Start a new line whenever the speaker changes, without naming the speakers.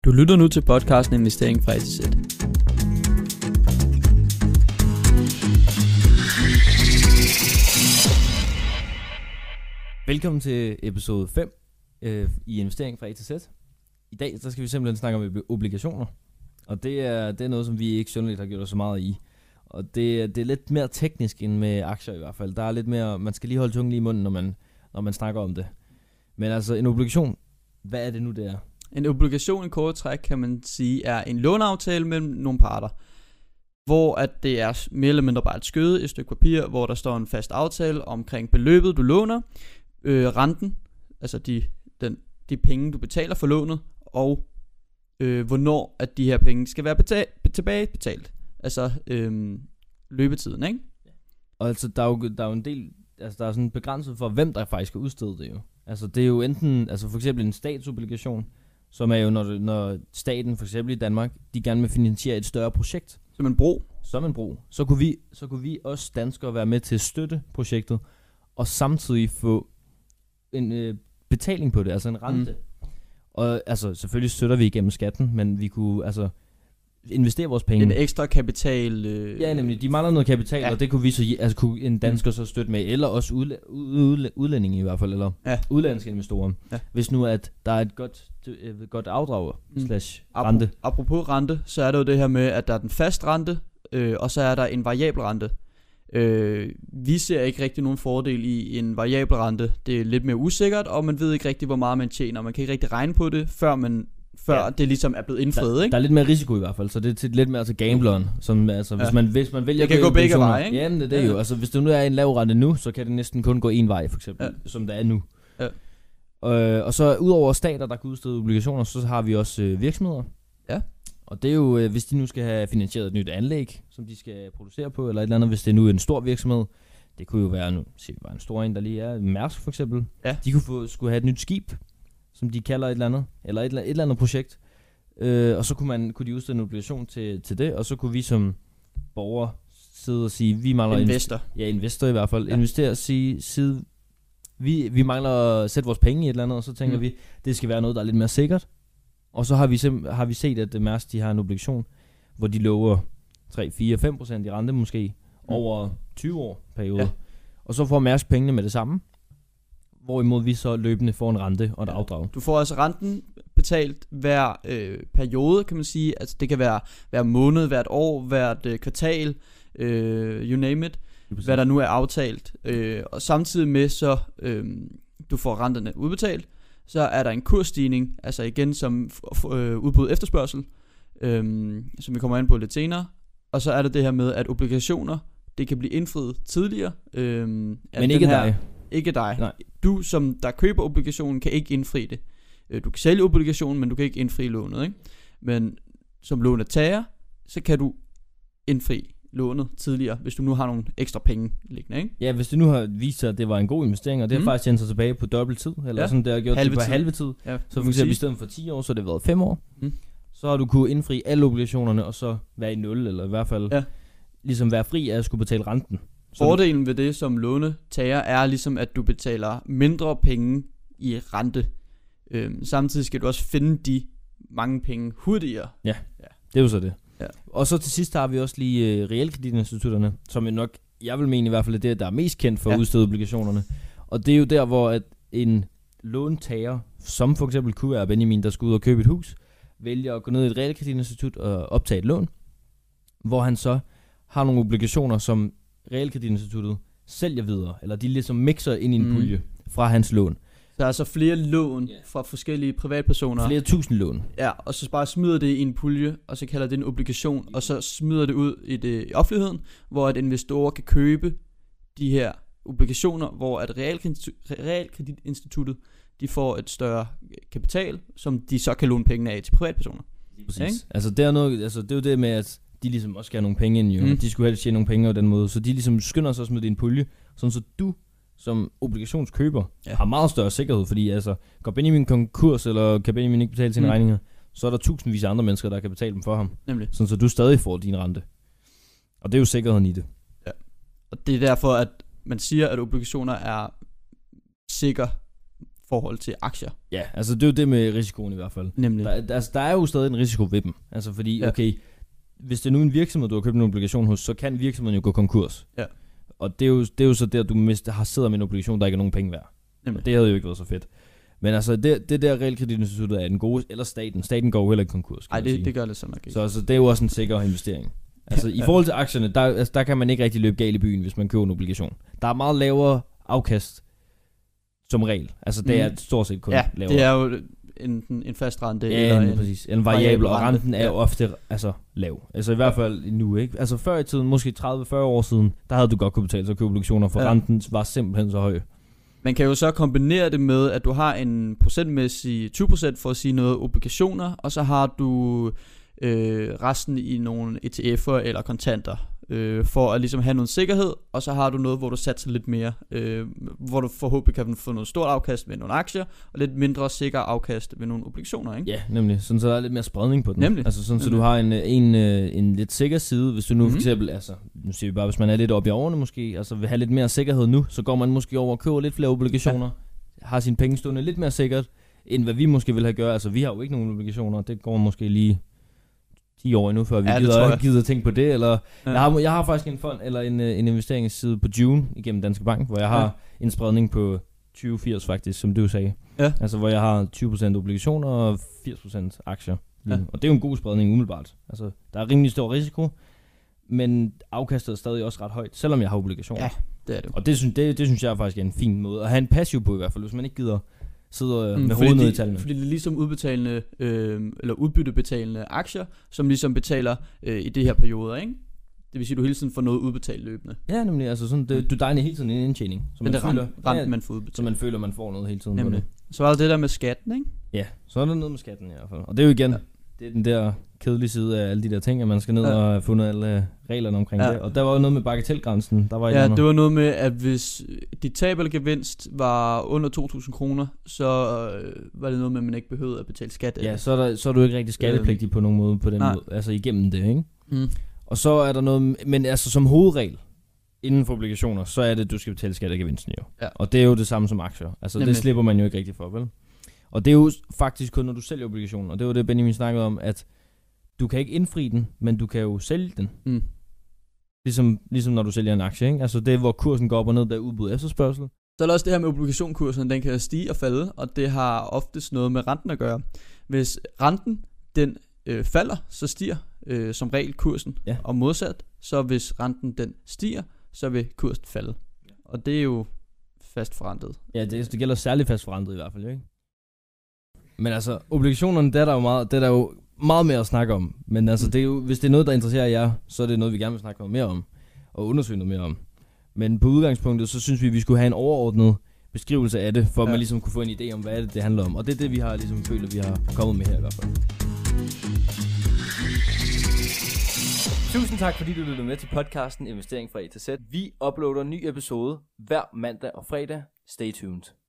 Du lytter nu til podcasten Investering fra A til Z.
Velkommen til episode 5 i Investering fra A til Z. I dag så skal vi simpelthen snakke om obligationer. Og det er noget, som vi ikke synderligt har gjort os så meget i. Og det er lidt mere teknisk end med aktier i hvert fald. Der er lidt mere, man skal lige holde tungen lige i munden, når man snakker om det. Men altså en obligation, hvad er det nu det er?
En obligation i kort træk kan man sige er en låneaftale mellem nogle parter, hvor at det er mere eller mindre bare et skøde, et stykke papir, hvor der står en fast aftale omkring beløbet du låner, renten, altså de penge du betaler for lånet, og hvornår at de her penge skal være tilbagebetalt, altså løbetiden, ikke?
Og altså der er jo en del, altså der er sådan begrænset for hvem der faktisk skal udstede det jo. Altså det er jo enten, altså for eksempel en statsobligation, som er jo når staten for eksempel i Danmark, de gerne vil finansiere et større projekt.
Som en bro.
Så kunne vi også danskere være med til at støtte projektet, og samtidig få en betaling på det, altså en rente. Og altså selvfølgelig støtter vi igennem skatten, men vi kunne altså investere vores penge.
En ekstra kapital.
Ja, nemlig. De mangler noget kapital, ja. Og det kunne vi så, altså kunne en dansker så støtte med, eller også udlændinge i hvert fald, eller udlandske investorer. Ja. Hvis nu at der er et godt afdrag slash rente.
Apropos rente, så er det jo det her med, at der er den fast rente, og så er der en variabel rente. Vi ser ikke rigtig nogen fordel i en variabel rente. Det er lidt mere usikkert, og man ved ikke rigtig, hvor meget man tjener. Man kan ikke rigtig regne på det, før det ligesom er blevet indfriet, ikke?
Der er lidt mere risiko i hvert fald, så det er lidt mere til gambleren, som altså hvis man vælger
det kan gå begge veje, ikke?
Ja, det er jo. Altså hvis det nu er en lav rente nu, så kan det næsten kun gå en vej, for eksempel, som det er nu. Ja. Og så udover stater, der kan udstede obligationer, så har vi også virksomheder. Ja. Og det er jo, hvis de nu skal have finansieret et nyt anlæg, som de skal producere på, eller et eller andet, hvis det nu er en stor virksomhed. Det kunne jo være, nu siger vi bare en stor en, der lige er, Mærsk for eksempel. Ja. De skulle have et nyt skib, som de kalder et eller andet, eller et eller andet projekt. Og så kunne de udstede en obligation til det, og så kunne vi som borgere sidde og sige, vi mangler investor i hvert fald, investere og sige vi mangler at sætte vores penge i et eller andet, og så tænker vi, det skal være noget, der er lidt mere sikkert. Og så har vi set, at Mærsk, de har en obligation, hvor de lover 3, 4, 5% i rente måske, over 20 år periode. Ja. Og så får Mærsk pengene med det samme, hvorimod vi så løbende får en rente og et afdrag. Du får altså renten betalt hver periode, kan man sige. Altså det kan være hver måned, hvert år, hvert kvartal, you name it, hvad der nu er aftalt. Og samtidig med så du får renterne udbetalt, så er der en kursstigning, altså igen som udbud efterspørgsel, som vi kommer ind på lidt senere. Og så er der det her med, at obligationer, det kan blive indfriet tidligere. Men ikke dig.
Ikke dig.
Nej.
Du, som der køber obligationen, kan ikke indfri det. Du kan sælge obligationen, men du kan ikke indfri lånet, ikke? Men som lånetager, så kan du indfri lånet tidligere, hvis du nu har nogle ekstra penge liggende, ikke?
Ja, hvis det nu har vist sig, at det var en god investering, og det har faktisk tjent sig tilbage på dobbelt tid, eller sådan, det har gjort det på halve tid. Ja, så for eksempel i stedet for 10 år, så har det været 5 år. Så har du kunne indfri alle obligationerne, og så være i 0, eller i hvert fald ligesom være fri af at skulle betale renten.
Fordelen ved det som lånetager er ligesom, at du betaler mindre penge i rente. Samtidig skal du også finde de mange penge hurtigere.
Ja, det er jo så det. Ja. Og så til sidst har vi også lige realkreditinstitutterne, som jeg vil mene i hvert fald, er det, der er mest kendt for at udstede obligationerne. Og det er jo der, hvor at en låntager, som for eksempel kunne være Benjamin, der skal ud og købe et hus, vælger at gå ned i et realkreditinstitut og optage et lån, hvor han så har nogle obligationer, som realkreditinstituttet sælger videre, eller de ligesom mixer ind i en pulje fra hans lån.
Der er altså flere lån fra forskellige privatpersoner.
Flere tusind lån.
Ja, og så bare smider det i en pulje, og så kalder det en obligation, og så smider det ud i offentligheden, hvor at investorer kan købe de her obligationer, hvor at realkreditinstituttet, de får et større kapital, som de så kan låne pengene af til privatpersoner.
Præcis. Altså det er jo det med, at de ligesom også skal have nogle penge ind, jo. De skulle helst tjene nogle penge på den måde, så de ligesom skynder sig at smide det i en pulje, sådan så du som obligationskøber har meget større sikkerhed, fordi altså går Benjamin konkurs, eller kan Benjamin ikke betale sine regninger, så er der tusindvis af andre mennesker, der kan betale dem for ham. Nemlig. Sådan så du stadig får din rente. Og det er jo sikkerheden i det.
Ja. Og det er derfor, at man siger, at obligationer er sikker forhold til aktier.
Ja, altså det er jo det med risikoen i hvert fald.
Nemlig.
Der er jo stadig en risiko ved dem. Altså fordi, okay, hvis det er nu en virksomhed, du har købt en obligation hos, så kan virksomheden jo gå konkurs. Ja. Og det er jo så der, du sidder med en obligation, der ikke er nogen penge værd. Nemlig. Det havde jo ikke været så fedt. Men altså, det der realkreditinstituttet er den gode, eller staten. Staten går jo heller ikke konkurs.
Nej, det gør det sådan nok ikke.
Så altså, det er jo også en sikker investering. Altså, i forhold til aktierne, der kan man ikke rigtig løbe galt i byen, hvis man køber en obligation. Der er meget lavere afkast, som regel. Altså, det er stort set kun lavere.
Det er jo en fast rente.
Ja, eller præcis. En variabel, og renten er jo ofte lav. Altså i hvert fald nu, ikke? Altså før i tiden, måske 30-40 år siden, der havde du godt kunne betale sig at købe obligationer, for renten var simpelthen så høj.
Man kan jo så kombinere det med, at du har en procentmæssig 20% for at sige noget obligationer, og så har du resten i nogle ETF'er eller kontanter, for at ligesom have noget sikkerhed, og så har du noget, hvor du satser lidt mere, hvor du forhåbentlig kan få noget stort afkast ved nogle aktier, og lidt mindre sikker afkast ved nogle obligationer, ikke?
Ja, nemlig. Sådan så der er lidt mere spredning på den.
Nemlig.
Altså sådan så du har en lidt sikker side, hvis du nu for eksempel, altså nu siger vi bare, hvis man er lidt oppe i årene måske, altså vil have lidt mere sikkerhed nu, så går man måske over og køber lidt flere obligationer, har sine penge stående lidt mere sikkert, end hvad vi måske vil have gjort. Altså vi har jo ikke nogen obligationer, det går måske lige 10 år endnu, før vi gider tænke på det, eller jeg har faktisk en fond, eller en investeringsside på June, igennem Danske Bank, hvor jeg har en spredning på 20-80 faktisk, som du sagde. Ja. Altså hvor jeg har 20% obligationer og 80% aktier. Ja. Og det er jo en god spredning umiddelbart. Altså der er rimelig stor risiko, men afkastet er stadig også ret højt, selvom jeg har obligationer.
Ja, det er det.
Og det synes jeg faktisk er en fin måde at have en passiv på i hvert fald, hvis man ikke gider sidder med hovedet ned i tallene.
Fordi det er ligesom udbetalende, eller udbyttebetalende aktier, som ligesom betaler i de her perioder, ikke? Det vil sige, at du hele tiden får noget udbetalt løbende.
Ja, nemlig. Altså sådan, du degner hele tiden en indtjening.
Så man føler, renten man får udbetalt.
Så man føler, man får noget hele tiden.
Nemlig. Så er det der med skatten, ikke?
Ja, så er der noget med skatten i hvert fald. Og det er jo igen, det er den der kedelige side af alle de der ting, at man skal ned og have fundet alle reglerne omkring det. Og der var jo noget med bagatelgrænsen. Der var
det var noget med, at hvis dit tab eller gevinst var under 2.000 kroner, så var det noget med, at man ikke behøvede at betale skat.
Ja, så er du ikke rigtig skattepligtig på nogen måde på den måde. Altså igennem det, ikke? Og så er der noget, men altså som hovedregel inden for obligationer, så er det, at du skal betale skat af gevinsten jo. Ja. Og det er jo det samme som aktier. Altså det slipper man jo ikke rigtig for, vel? Og det er jo faktisk kun, når du sælger obligationer. Og det var det, Benjamin snakkede om, at du kan ikke indfri den, men du kan jo sælge den. Ligesom når du sælger en aktie, ikke? Altså det er, hvor kursen går op og ned, der er udbud efterspørgsel.
Så er der også det her med obligationkursen, den kan stige og falde, og det har oftest noget med renten at gøre. Hvis renten, den falder, så stiger som regel kursen, og modsat, så hvis renten den stiger, så vil kursen falde. Og det er jo fast forrentet. Ja,
det gælder særligt fast forrentet i hvert fald, ikke? Men altså, obligationerne, det er der jo meget mere at snakke om. Men altså, det er jo, hvis det er noget, der interesserer jer, så er det noget, vi gerne vil snakke noget mere om, og undersøge noget mere om. Men på udgangspunktet, så synes vi skulle have en overordnet beskrivelse af det, for at man ligesom kunne få en idé om, hvad det handler om. Og det er det, vi har ligesom følt, at vi har kommet med her i hvert fald. Tusind tak, fordi du lyttede med til podcasten Investering fra A til Z. Vi uploader en ny episode hver mandag og fredag. Stay tuned.